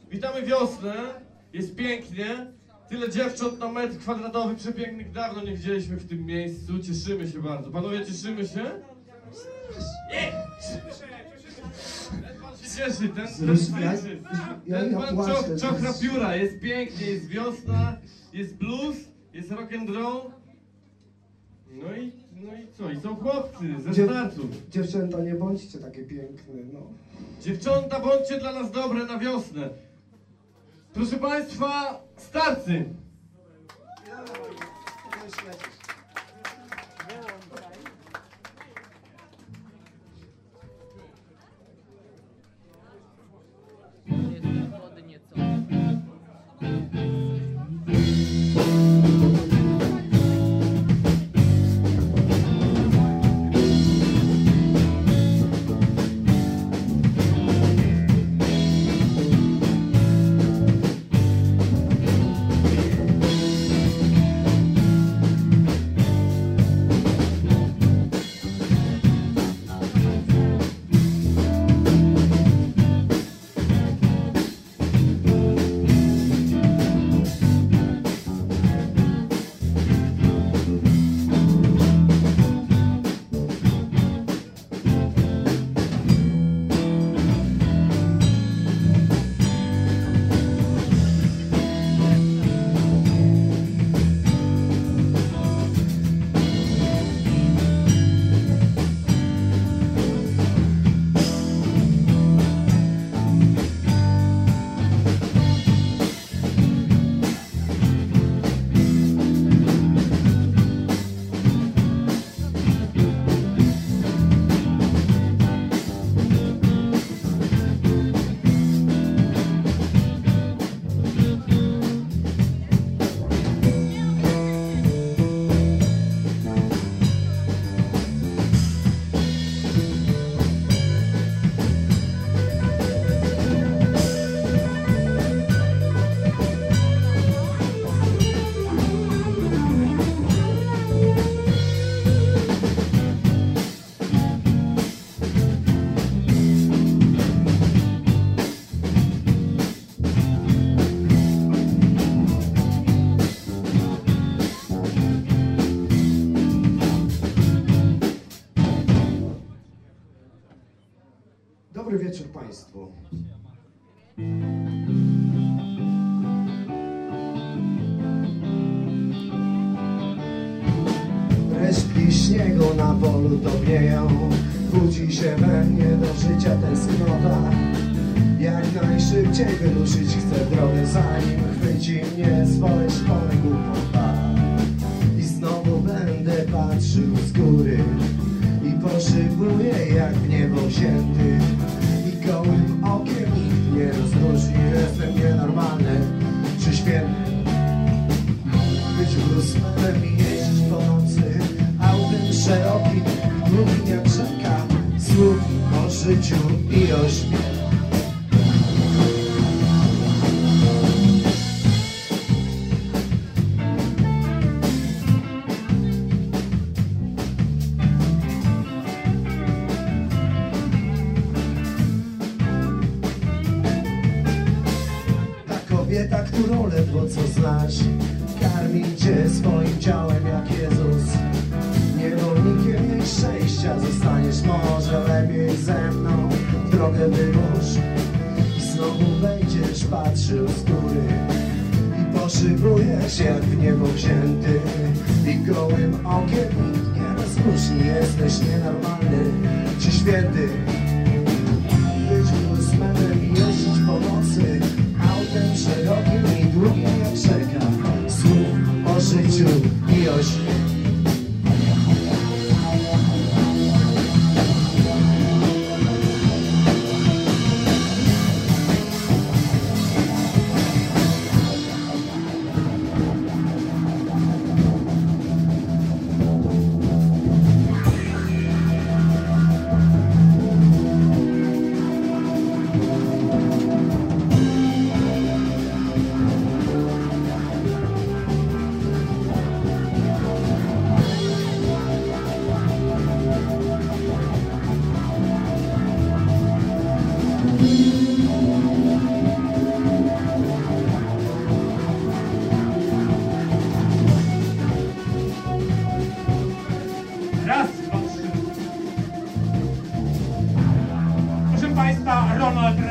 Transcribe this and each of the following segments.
Witamy wiosnę, jest pięknie. Tyle dziewcząt na metr kwadratowy przepięknych dawno nie widzieliśmy w tym miejscu. Cieszymy się bardzo. Panowie, cieszymy się? Nie! Ten pan się cieszy, ten pan czochra pióra. Jest pięknie, jest wiosna, jest blues, jest rock and roll. No i co? I są chłopcy ze startu. Dziewczęta, nie bądźcie takie piękne, no. Dziewcząta, bądźcie dla nas dobre na wiosnę. Proszę Państwa, starcy! Dobry wieczór Państwu. Resztki śniegu na polu topnieją, budzi się we mnie do życia tęsknota. Jak najszybciej wyruszyć chcę w drogę, zanim chwyci mnie swoje szpony głupota. I znowu będę patrzył z góry i poszybuję jak w niebo wzięty. I gołym okiem nikt nie rozróżni, jestem nienormalny czy święty. Być bluesmanem i jeździć po nocy autem szerokim, długim jak rzeka, słów o życiu i o śmierci. Kobieta, którą ledwo co znasz, karmi cię swoim ciałem jak Jezus. Niewolnikiem jej szczęścia zostaniesz, może lepiej ze mną w drogę wyrusz. I znowu będziesz patrzył z góry i poszybujesz jak w niebo wzięty. I gołym okiem nikt nie rozróżni, jesteś nienormalny czy święty. Być bluesmanem i jeździć po nocy autem szerokim i długim jak rzeka, słów o życiu i o śmierci.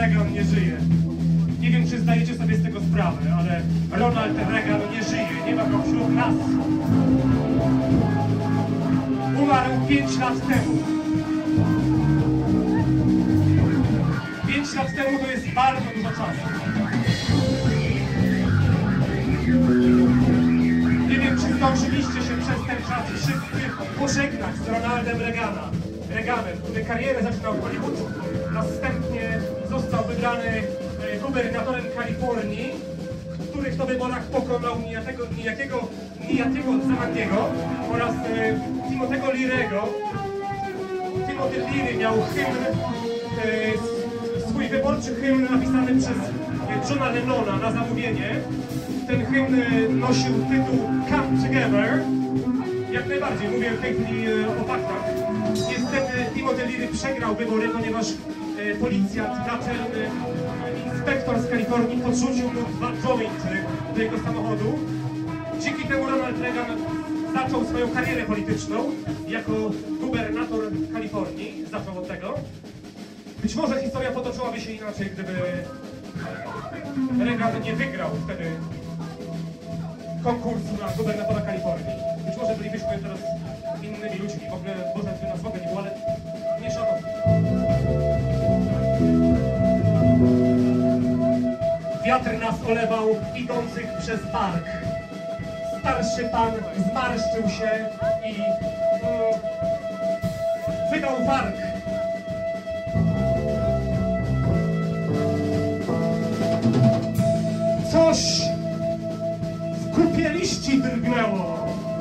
Reagan nie żyje. Nie wiem, czy zdajecie sobie z tego sprawę, ale Ronald Reagan nie żyje, nie ma go wśród nas. Umarł 5 lat temu. 5 lat temu to jest bardzo dużo czasu. Nie wiem, czy zdążyliście się przez ten czas wszyscy pożegnać z Ronaldem Reaganem, który karierę zaczynał w Hollywood, następnie został wybrany gubernatorem Kalifornii, w których to wyborach pokonał Nijakiego Zamandiego oraz Timothy'ego Leary'ego. Timothy Leary miał hymn, swój wyborczy hymn napisany przez Johna Lennona na zamówienie. Ten hymn nosił tytuł Come Together. Jak najbardziej, mówię w tej chwili o faktach. Niestety Timothy Leary przegrał wybory, ponieważ policjant, naczelny inspektor z Kalifornii podrzucił mu 2 jointy do jego samochodu. Dzięki temu Ronald Reagan zaczął swoją karierę polityczną jako gubernator Kalifornii. Zaczął od tego. Być może historia potoczyłaby się inaczej, gdyby Reagan nie wygrał wtedy konkursu na gubernatora Kalifornii. Być może bylibyśmy teraz innymi ludźmi. W ogóle, może by nas w ogóle nie było, ale nie szanowni. Wiatr nas olewał idących przez park. Starszy pan zmarszczył się i wydał warg. Coś w kupie liści drgnęło.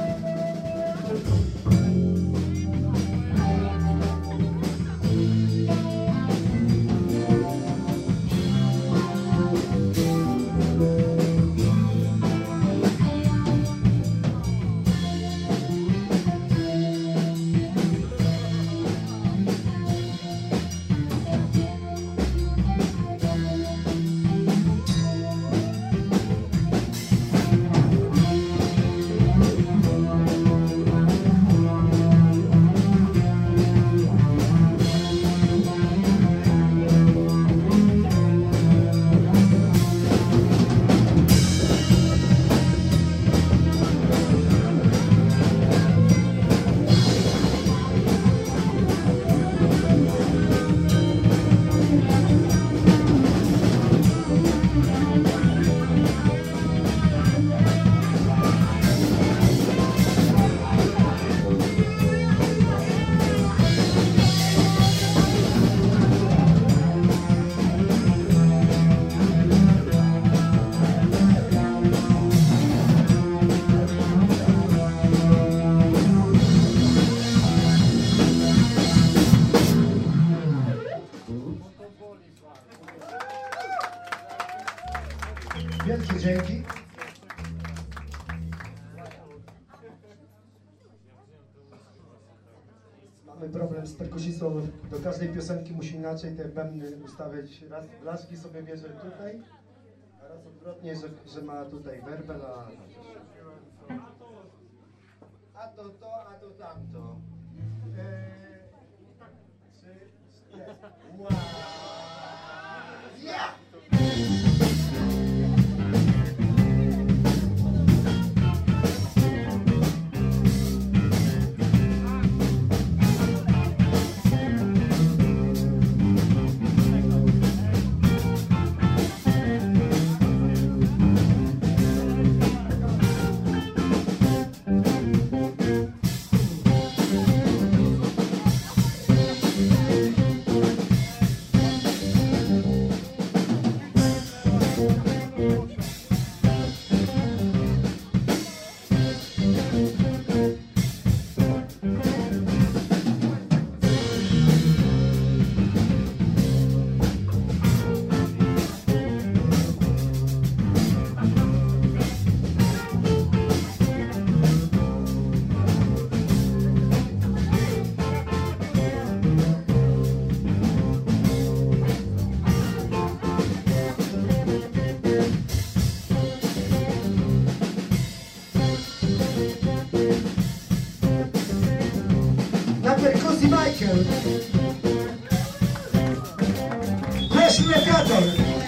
Wielkie dzięki. Mamy problem z perkusistą. Do każdej piosenki musi inaczej te bębny ustawiać. Raz blaszki sobie bierze tutaj, a raz odwrotnie, że ma tutaj werbel, a to to, a to tamto. 3, 4. Wow! Yeah! Operator!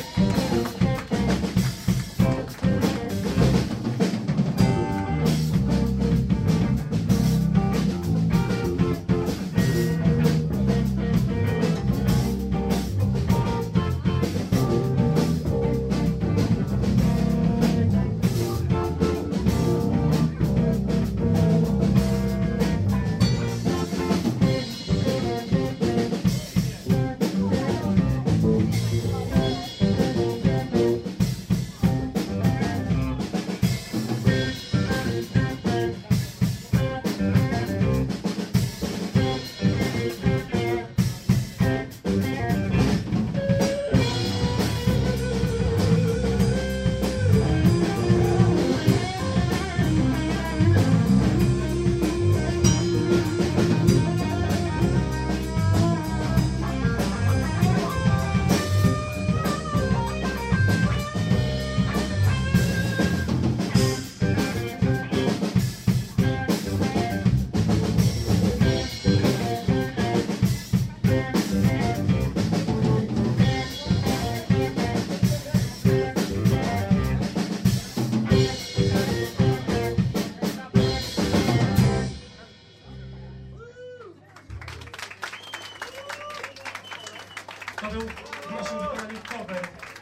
To był w naszym wykonaniu cover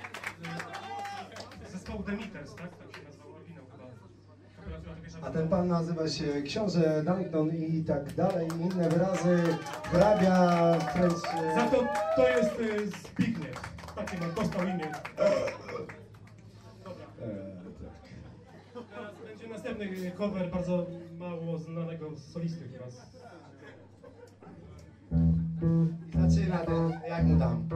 zespołu Demeters, tak? Tak się nazywał oryginał chyba. A ten pan nazywa się Książę Duncan i tak dalej, inne wyrazy, hrabia, wręcz... Za to jest Zbigniew. Takie mam, dostał imię. Dobra. Teraz będzie następny cover bardzo mało znanego solisty chyba. Zaczyna ten, jak mu tam?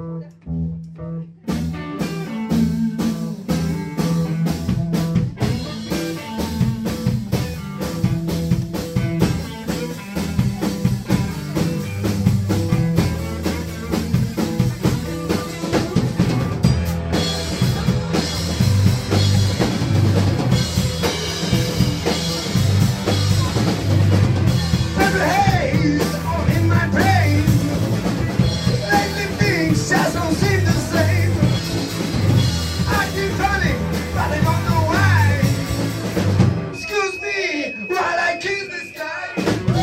Just don't seem the same. I keep running, but I don't know why. Excuse me while I kiss the sky.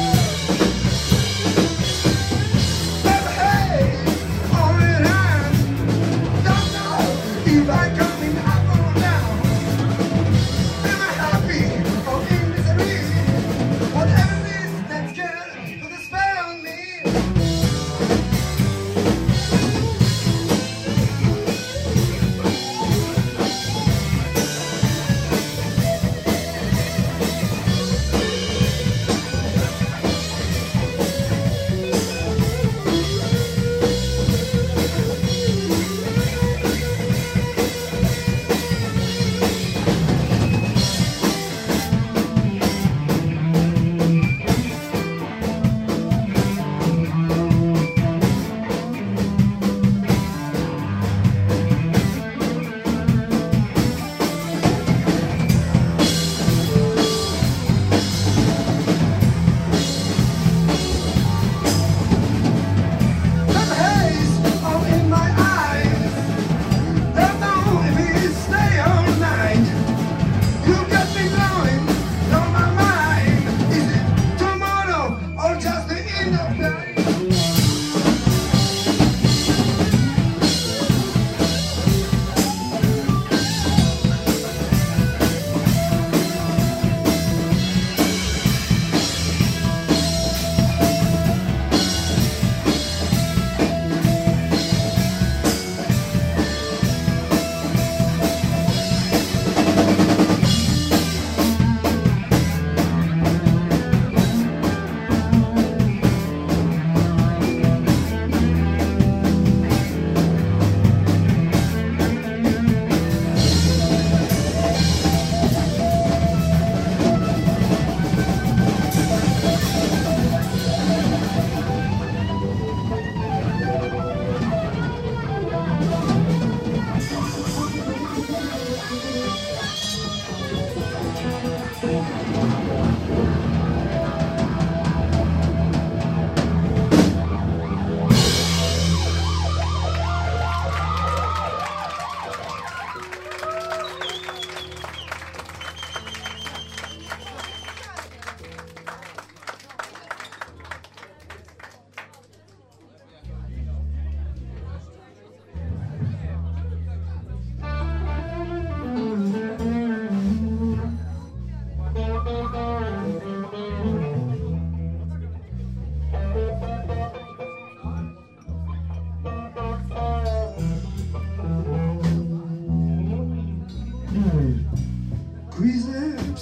But hey, all in hand, don't know if I'm coming up or down. Am I happy or in misery? Whatever it is, that girl put a spell on me.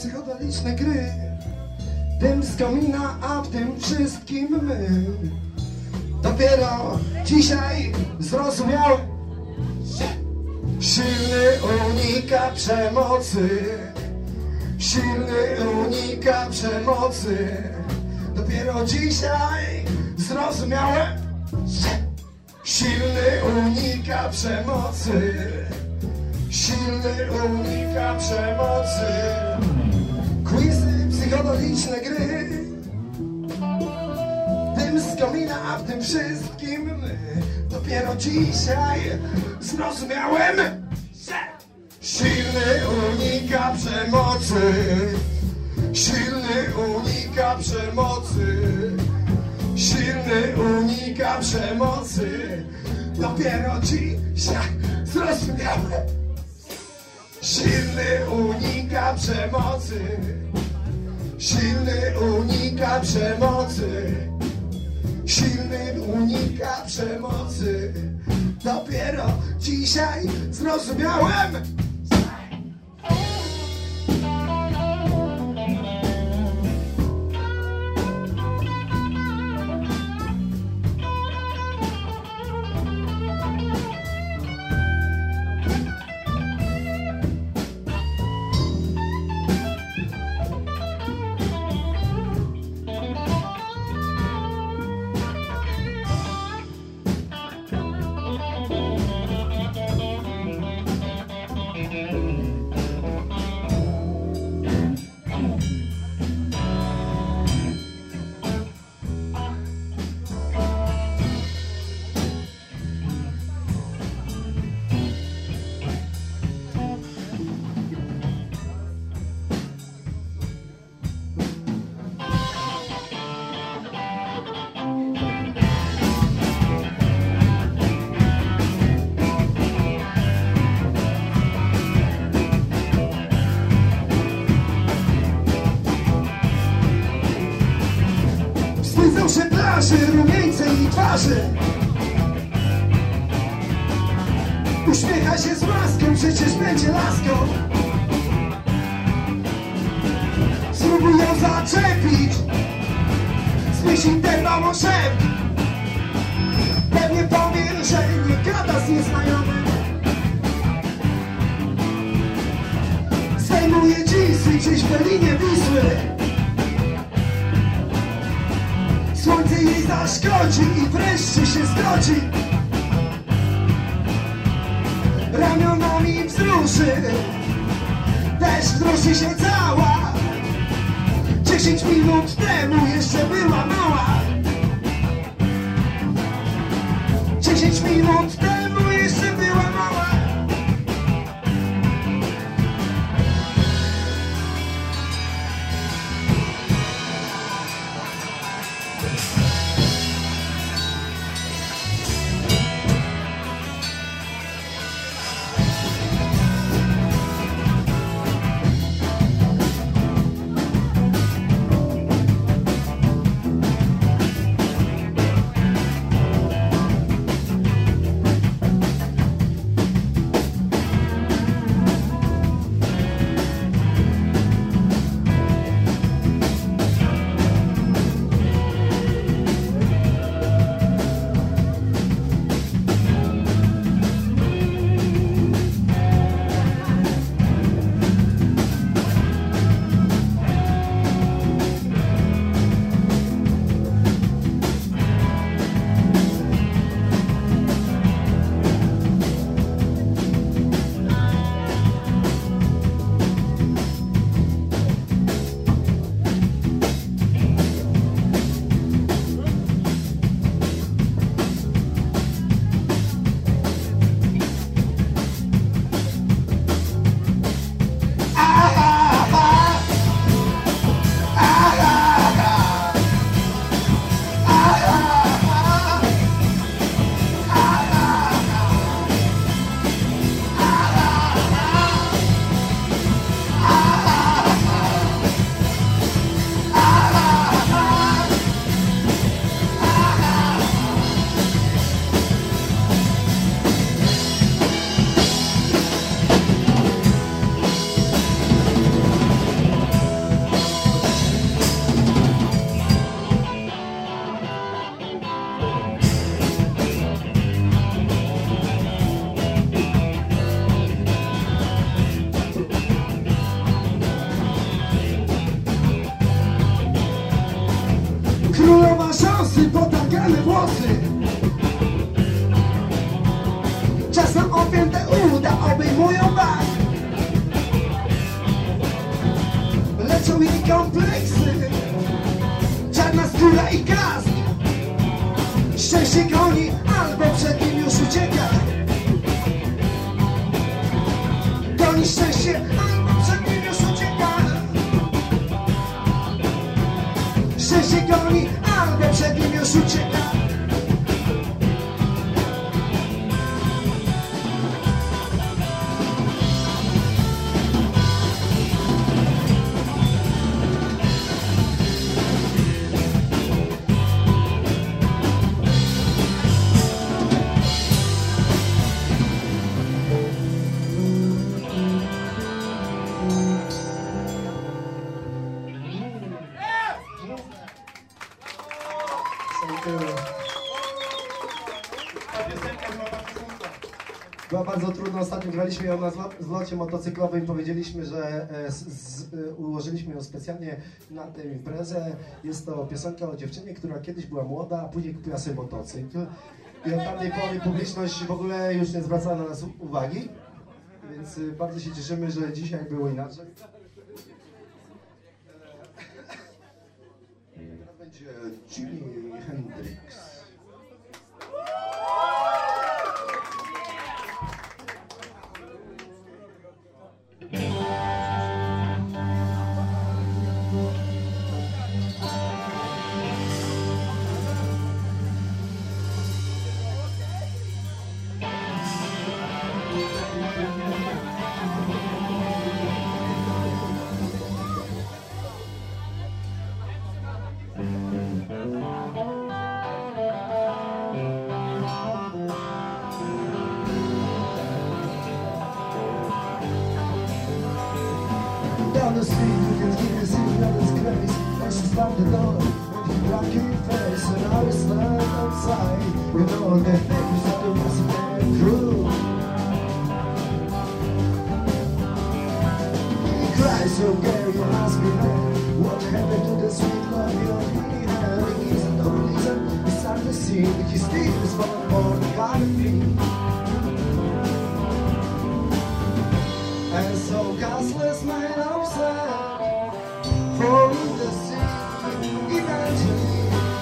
psychodeliczne gry, dym z komina, a w tym wszystkim my. Dopiero dzisiaj zrozumiałem, silny unika przemocy, silny unika przemocy. Dopiero dzisiaj zrozumiałem, silny unika przemocy, silny unika przemocy. Quizy, psychodeliczne gry, dym z komina, a w tym wszystkim my. Dopiero dzisiaj zrozumiałem, że silny unika przemocy, silny unika przemocy, silny unika przemocy. Dopiero dzisiaj zrozumiałem, silny unika przemocy, silny unika przemocy, silny unika przemocy. Dopiero dzisiaj zrozumiałem. Wstydzą się plaży, rumieńce i twarzy. Uśmiecha się z maską, przecież będzie laską. Spróbuj ją zaczepić, zmyśl interwał o szept. Pewnie powie, że nie gada z nieznajomym. Zdejmuje dżinsy gdzieś w Berlinie Wisły. Słońce jej zaszkodzi i wreszcie się zgodzi. Ramionami wzruszy, też wzruszy się cała. 10 minut temu jeszcze była mała. 10 minut temu jeszcze była mała. nocy potargane włosy. Czasem opięte uda obejmują bak. Leczą jej kompleksy, czarna skóra i kask. Szczęście goni albo przed nim już ucieka. Goni szczęście albo przed nim już ucieka. Szczęście goni albo przed nim już ucieka. Była bardzo trudna, ostatnio graliśmy ją na zlocie motocyklowym i powiedzieliśmy, że ułożyliśmy ją specjalnie na tę imprezę. Jest to piosenka o dziewczynie, która kiedyś była młoda, a później kupiła sobie motocykl. I od tamtej pory publiczność w ogóle już nie zwraca na nas uwagi, więc bardzo się cieszymy, że dzisiaj było inaczej. Teraz będzie Jimi Hendrix. Down the street, you can hear the city of disgrace. And she stopped the door, with her blocking face. And I was stand outside, with all the things of the resident crew. He cries so Gary and asked me, man, what happened to the sweet love you're having? He's no reason, he's on the scene. He still is falling for the garden. And so costless man upset, falling the sea eventually.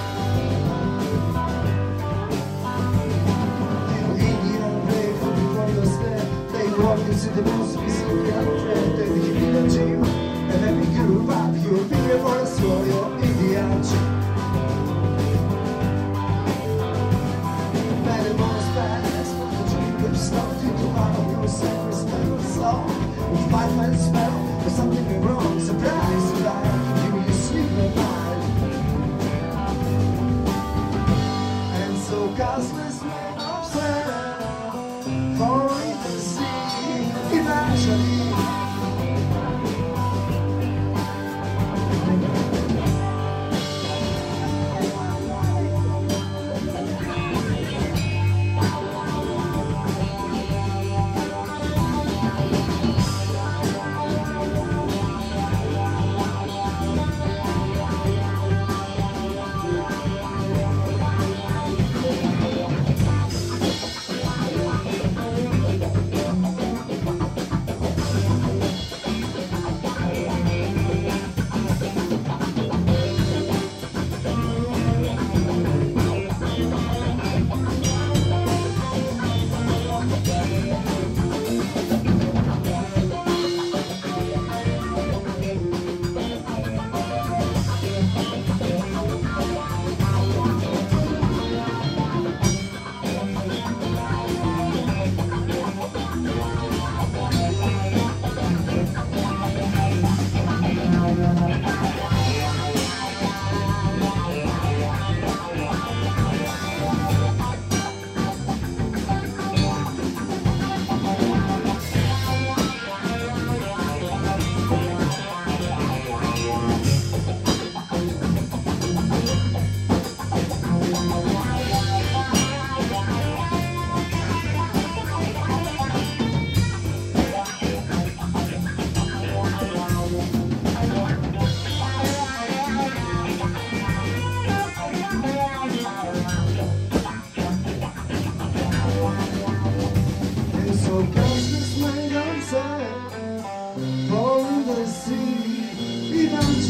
You Indian brave from before your step, they walk into the most mysterious threat. They give you a dream, and then we grew up. You'll be able to swallow your Indian dream. Many more spells, but the dream of starting to follow your self-respect song. With my man spell, there's something wrong. Surprise, surprise, give me a sleep at night. And so costless men upset, falling to sea eventually.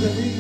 misery.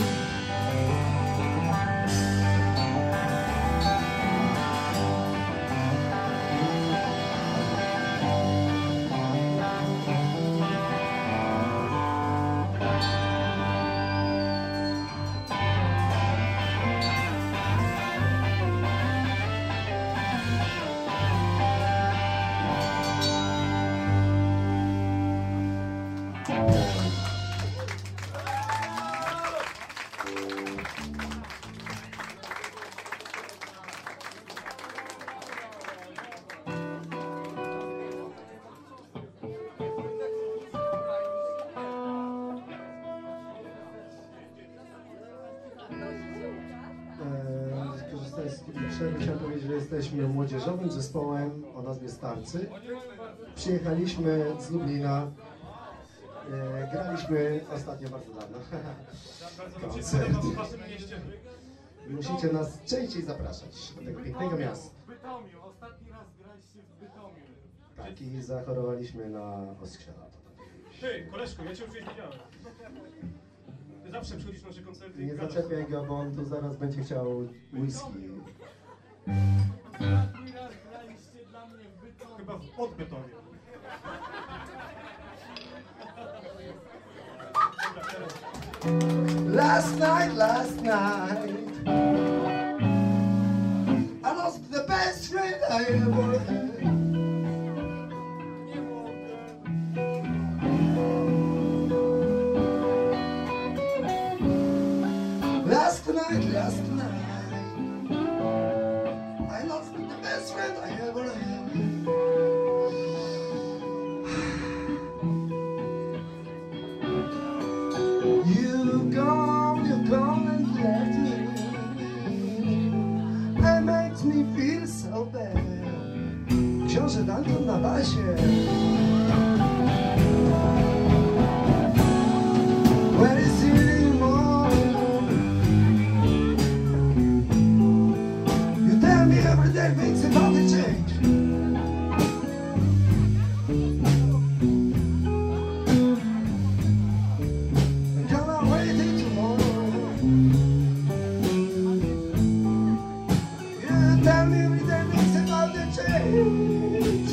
Korzystając z chwili przerwy, chciałem powiedzieć, że jesteśmy młodzieżowym zespołem o nazwie Starcy. Przyjechaliśmy z Lublina. Graliśmy ostatnio bardzo dawno. Koncert. W waszym mieście. Musicie nas częściej zapraszać do tego pięknego miasta. W Bytomiu. Ostatni raz graliście w Bytomiu. Tak, i zachorowaliśmy na oskrzela. Ty, koleżko, ja cię już nie widziałem. Ty zawsze przychodzisz na nasze koncerty i Nie gadasz. zaczepiaj go, bo on tu zaraz będzie chciał whisky. Ostatni raz graliście dla mnie w Bytomiu. Chyba w Podbytomiu. Dobra, teraz. Last night, I lost the best friend I ever had. Nie mogę. Last night, I lost the best friend I ever had. You've gone and left me. That makes me feel so bad. Książę Dalton na basie. Where is he anymore? You tell me every day things about to change. And you're not waiting tomorrow. You tell me every day things about to change.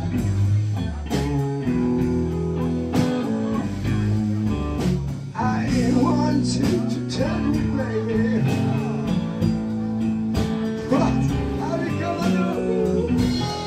I want you to tell me, baby, what are we gonna do?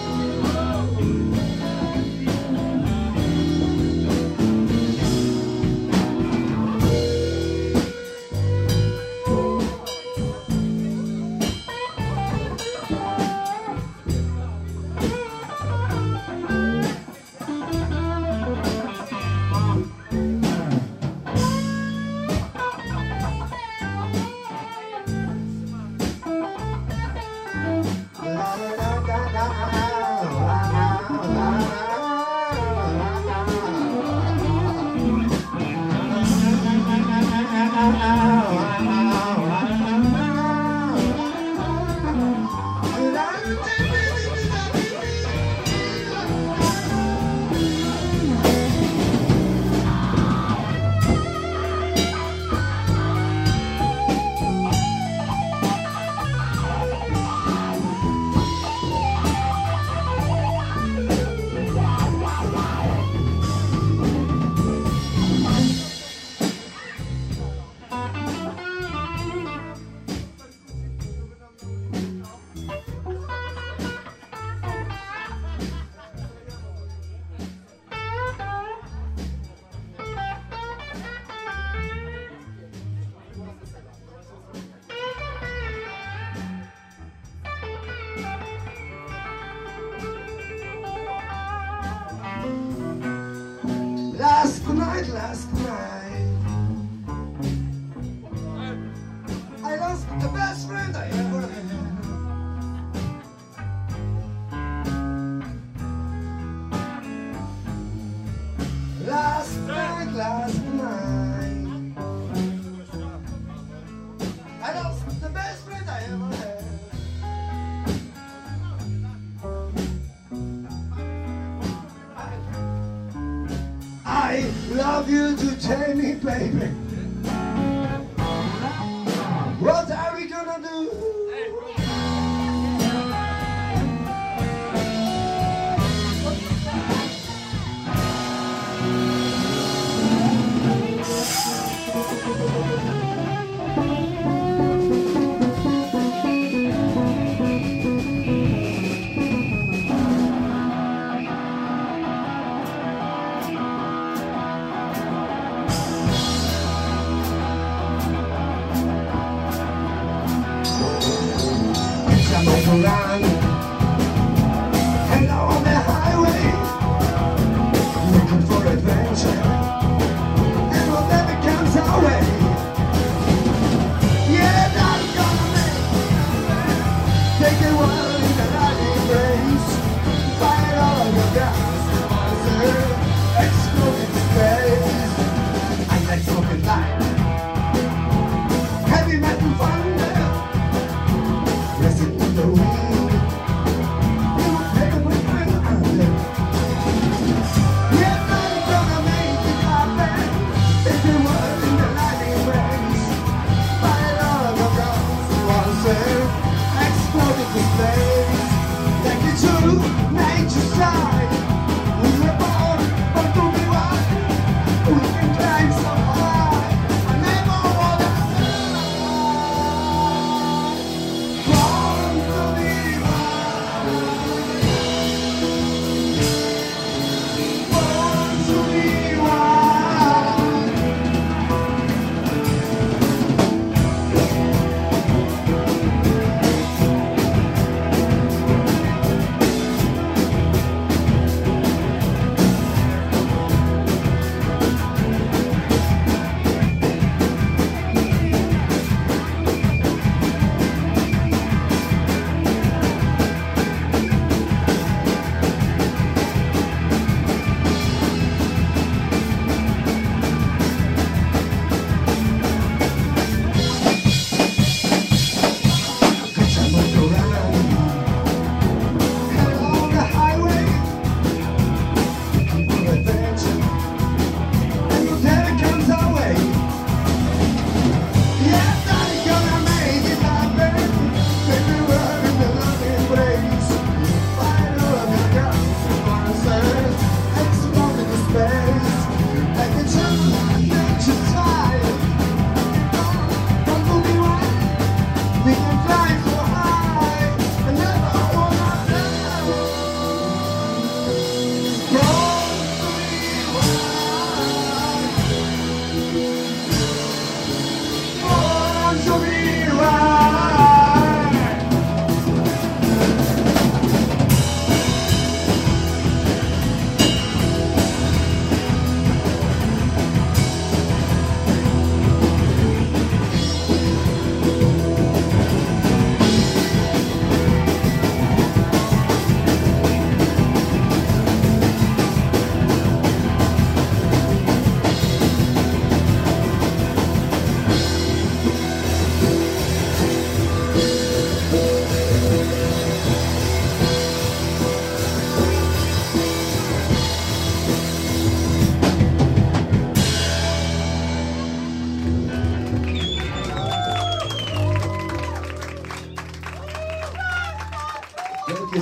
Last night, I lost the best friend I ever had. Last night, I lost the best friend I ever had. I love you to tell me, baby.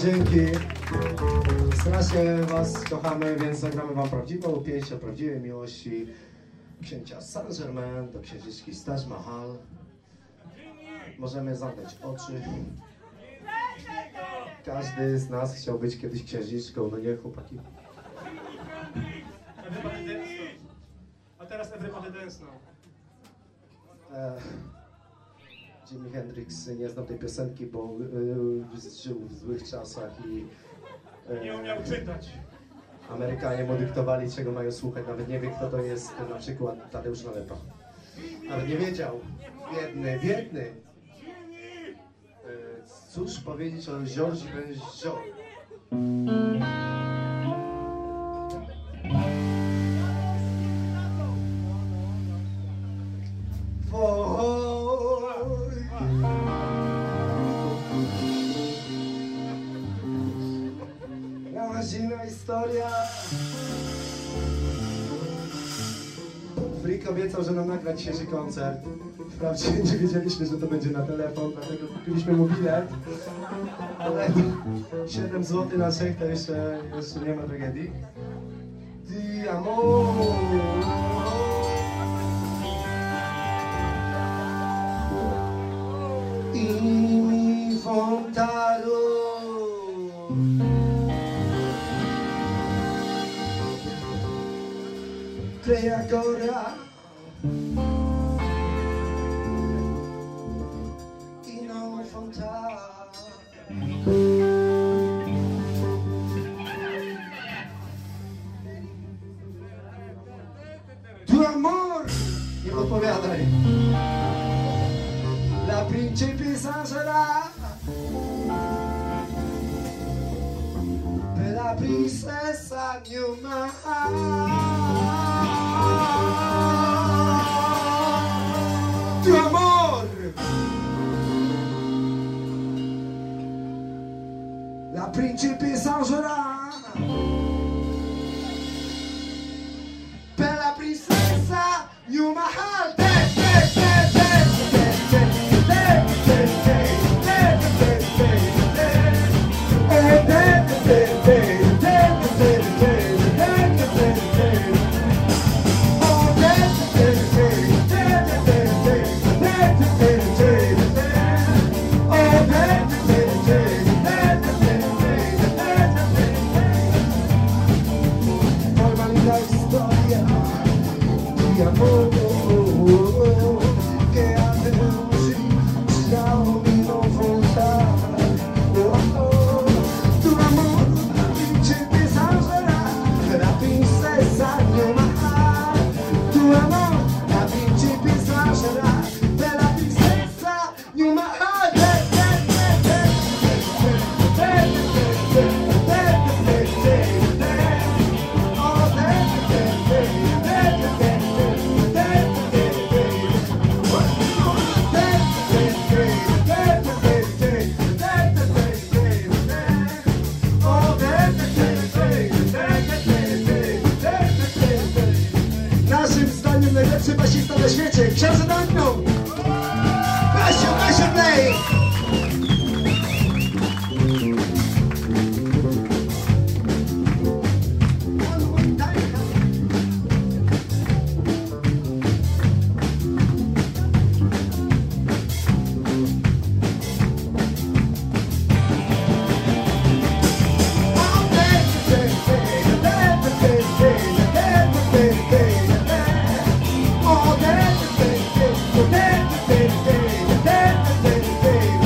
dzięki. Strasznie was kochamy, więc zagramy wam prawdziwą pieśń o prawdziwej miłości księcia Saint-Germain do księżniczki z Taj Mahal. Możemy zamknąć oczy. Każdy z nas chciał być kiedyś księżniczką, no nie chłopaki? A teraz Everybody Dance Now. Jimi Hendrix, nie znam tej piosenki, bo żył w złych czasach i Nie umiał czytać. Amerykanie mu dyktowali, czego mają słuchać. Nawet nie wie, kto to jest na przykład Tadeusz Nalepa. Nawet nie wiedział. Biedny, biedny. Cóż powiedzieć o Georges Benjol? Zimna historia. Freak obiecał, że nam nagra dzisiejszy koncert. Wprawdzie nie wiedzieliśmy, że to będzie na telefon, dlatego kupiliśmy mu bilet. Ale 7 zł na trzech to jeszcze nie ma tragedii. Ti amo. I mi fontaro. E agora e não faltar tu amor, nie odpowiadaj. La principessa sarà per la princesa Newman. Tu amor, la principessa sarà per la princesa Newman. Najlepszy basista na świecie, książę Daniel! Weź się play! Hey,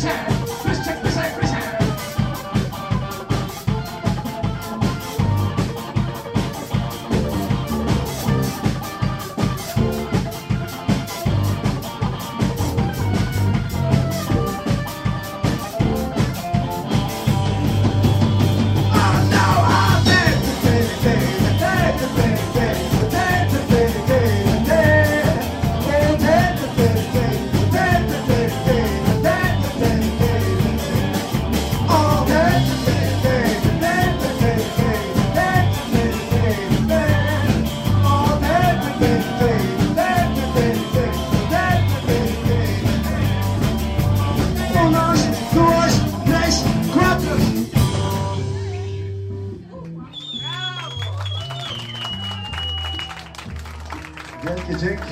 Wielkie dzięki.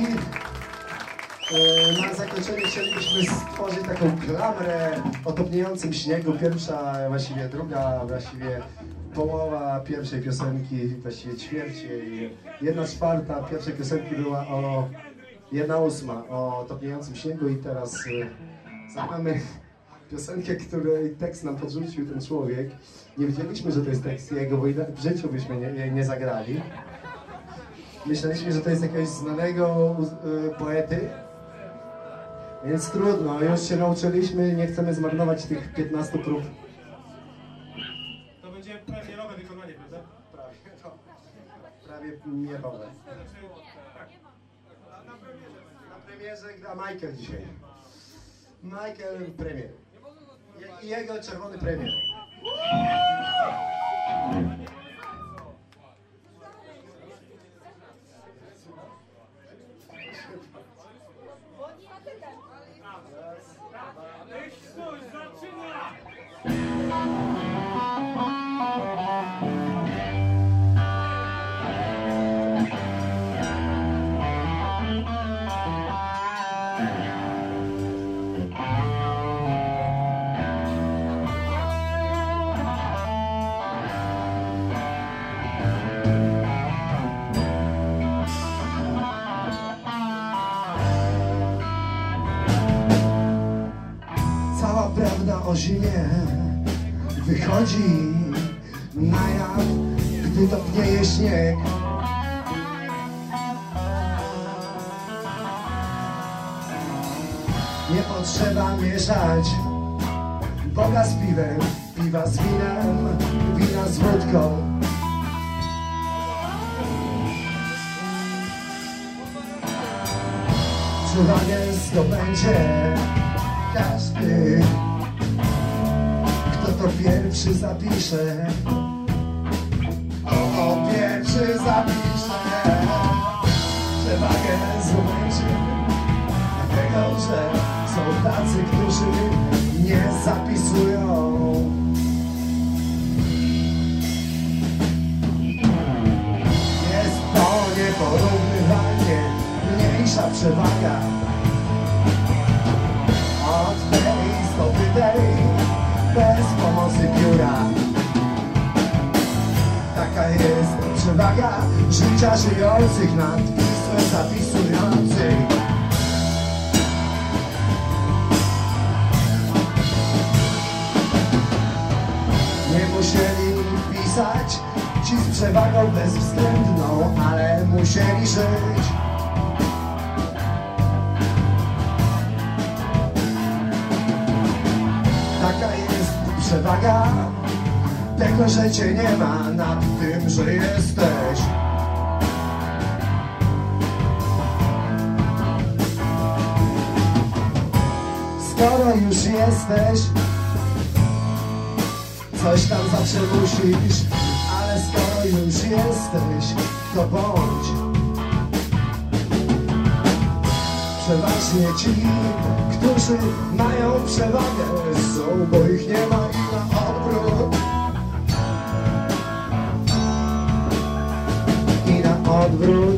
Na zakończenie chcielibyśmy stworzyć taką klamrę o topniejącym śniegu. Pierwsza, właściwie druga, właściwie połowa pierwszej piosenki, właściwie ćwierć jej. 1/4 pierwszej piosenki była o 1/8 o topniejącym śniegu i teraz zagramy piosenkę, której tekst nam podrzucił ten człowiek. Nie wiedzieliśmy, że to jest tekst jego, bo w życiu byśmy jej nie zagrali. Myśleliśmy, że to jest jakiegoś znanego poety, więc trudno, już się nauczyliśmy, nie chcemy zmarnować tych 15 prób. To będzie premierowe wykonanie, prawda? Prawie, no, prawie niebowe. Na premierze gra Michael dzisiaj. Michael premier. I jego czerwony premier. Cała prawda o zimie wychodzi na jaw, gdy topnieje śnieg. Nie potrzeba mieszać Boga z piwem, piwa z winem, wina z wódką. Przewagę zdobędzie każdy, kto to pierwszy zapisze. O, pierwszy zapisze. Przewagę zdobędzie, dlatego że są tacy, którzy nie zapisują. Jest to nieporównywalnie mniejsza przewaga od tej zdobytej bez pomocy pióra. Taka jest przewaga życia żyjących nad pismem zapisujących. Nie musieli pisać ci z przewagą bezwzględną, ale musieli żyć. Taka jest przewaga tego, że cię nie ma nad tym, że jesteś. Skoro już jesteś, coś tam zawsze musisz, ale skoro już jesteś, to bądź. Przeważnie ci, którzy mają przewagę, są, bo ich nie ma i na odwrót. I na odwrót.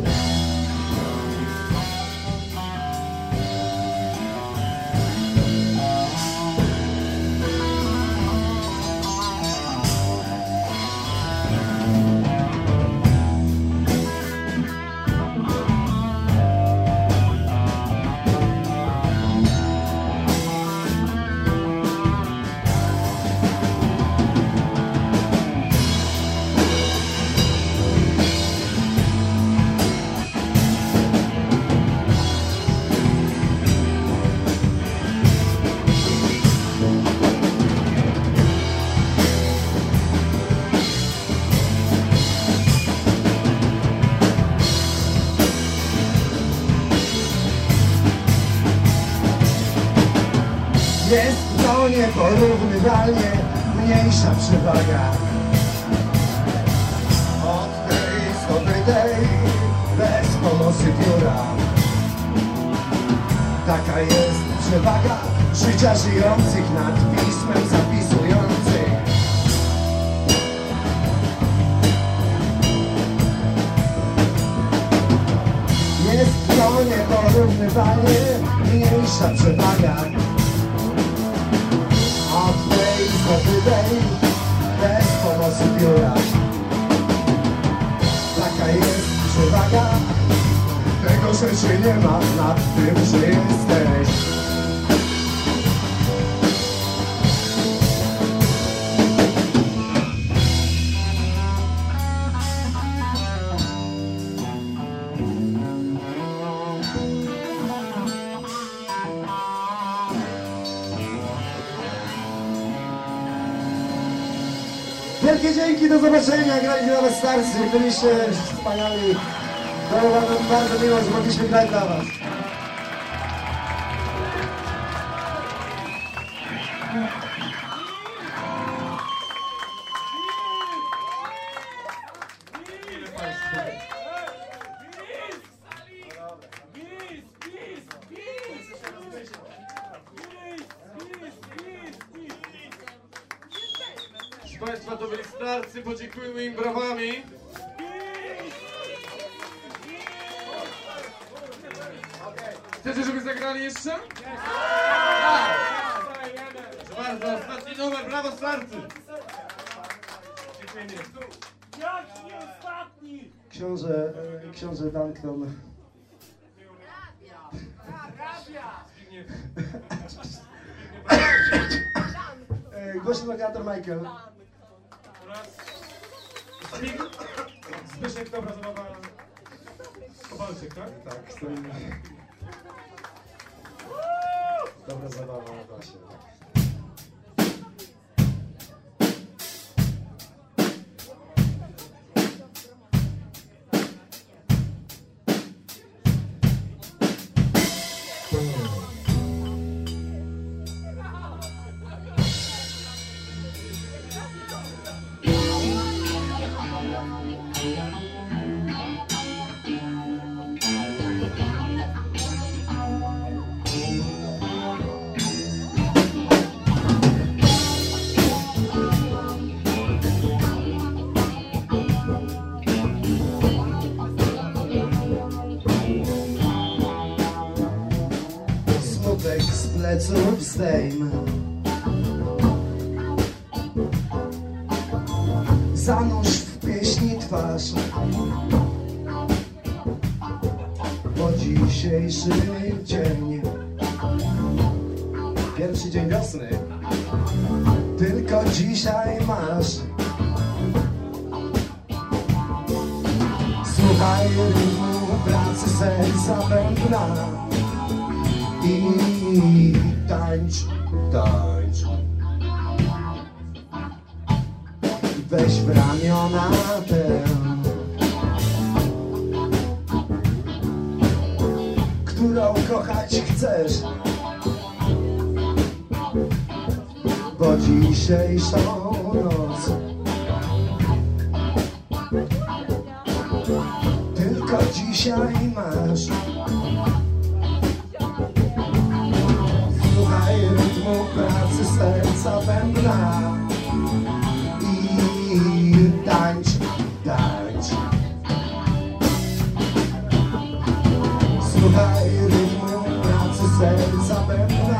nieporównywalnie mniejsza przewaga od tej zdobytej bez pomocy pióra. Taka jest przewaga życia żyjących nad pismem zapisujących. Jest to nieporównywalnie mniejsza przewaga od tej zdobytej bez pomocy pióra. Taka jest przewaga tego, że się nie ma nad tym, że jesteś. Wielkie dzięki, do zobaczenia, grali nowe starcy, byliście wspaniali. Było nam bardzo miło, że mogliśmy grać dla was. Proszę Państwa, to byli starcy, podziękujmy im brawami. Chcecie, żeby zagrali jeszcze? Tak! Proszę bardzo, ostatni numer, brawo starcy! Jak nie ostatni? Książę Duncan. Głośny lokator Michael. Oraz Zbyszek, dobra zabawa. Kowalczyk, tak? Tak, stoimy. Dobra zabawa na basie. Smutek z pleców zdejmę, zanurz w pieśni twarz, bo dzisiejszy dzień, pierwszy dzień wiosny, tylko dzisiaj masz. Słuchaj rytmu pracy serca bębna i tańcz, tańcz. Weź w ramiona tę, którą kochać chcesz, bo dzisiejszą noc tylko dzisiaj masz. Słuchaj rytmu pracy serca bębna i tańcz, tańcz. Słuchaj rytmu pracy serca bębna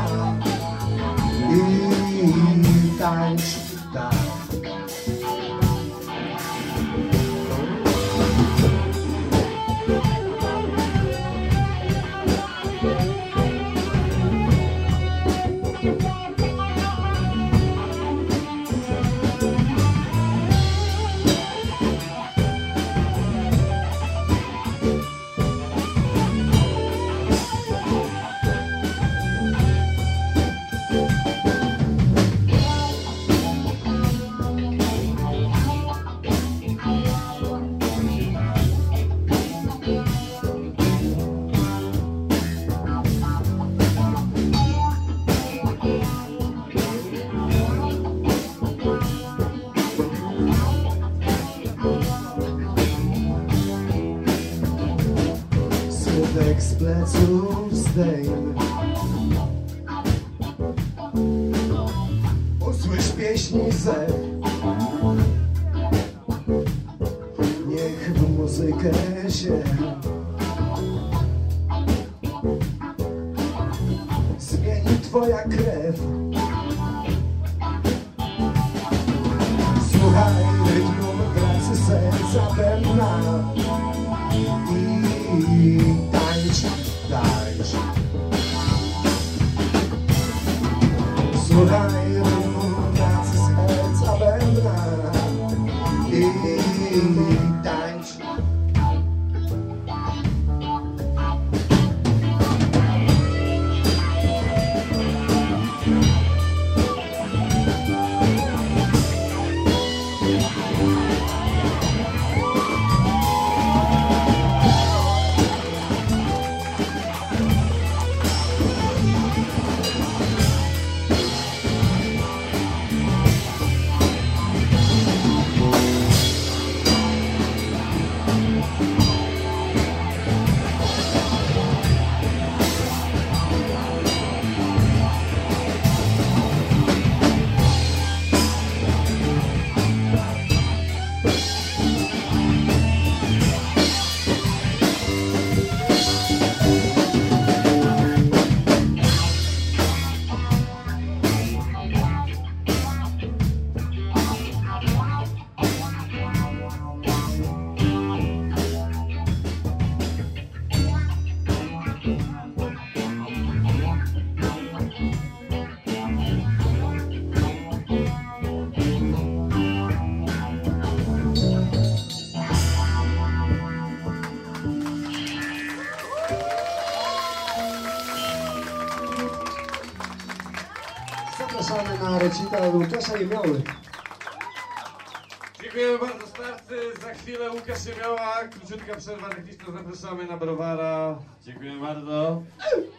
i tańcz, tańcz. pleców zdejmę. Usłysz pieśni zech, niech w muzykę się zmieni twoja krew. Słuchaj rytmu pracy serca bębna i tańcz, tańcz. Słuchaj rytmu pracy serca bębna i tańcz. Zapraszamy na recital Łukasza Jemioły. Dziękujemy bardzo starcy. Za chwilę Łukasz Jemioła. Króciutka przerwa techniczna. Zapraszamy na browara. Dziękuję bardzo.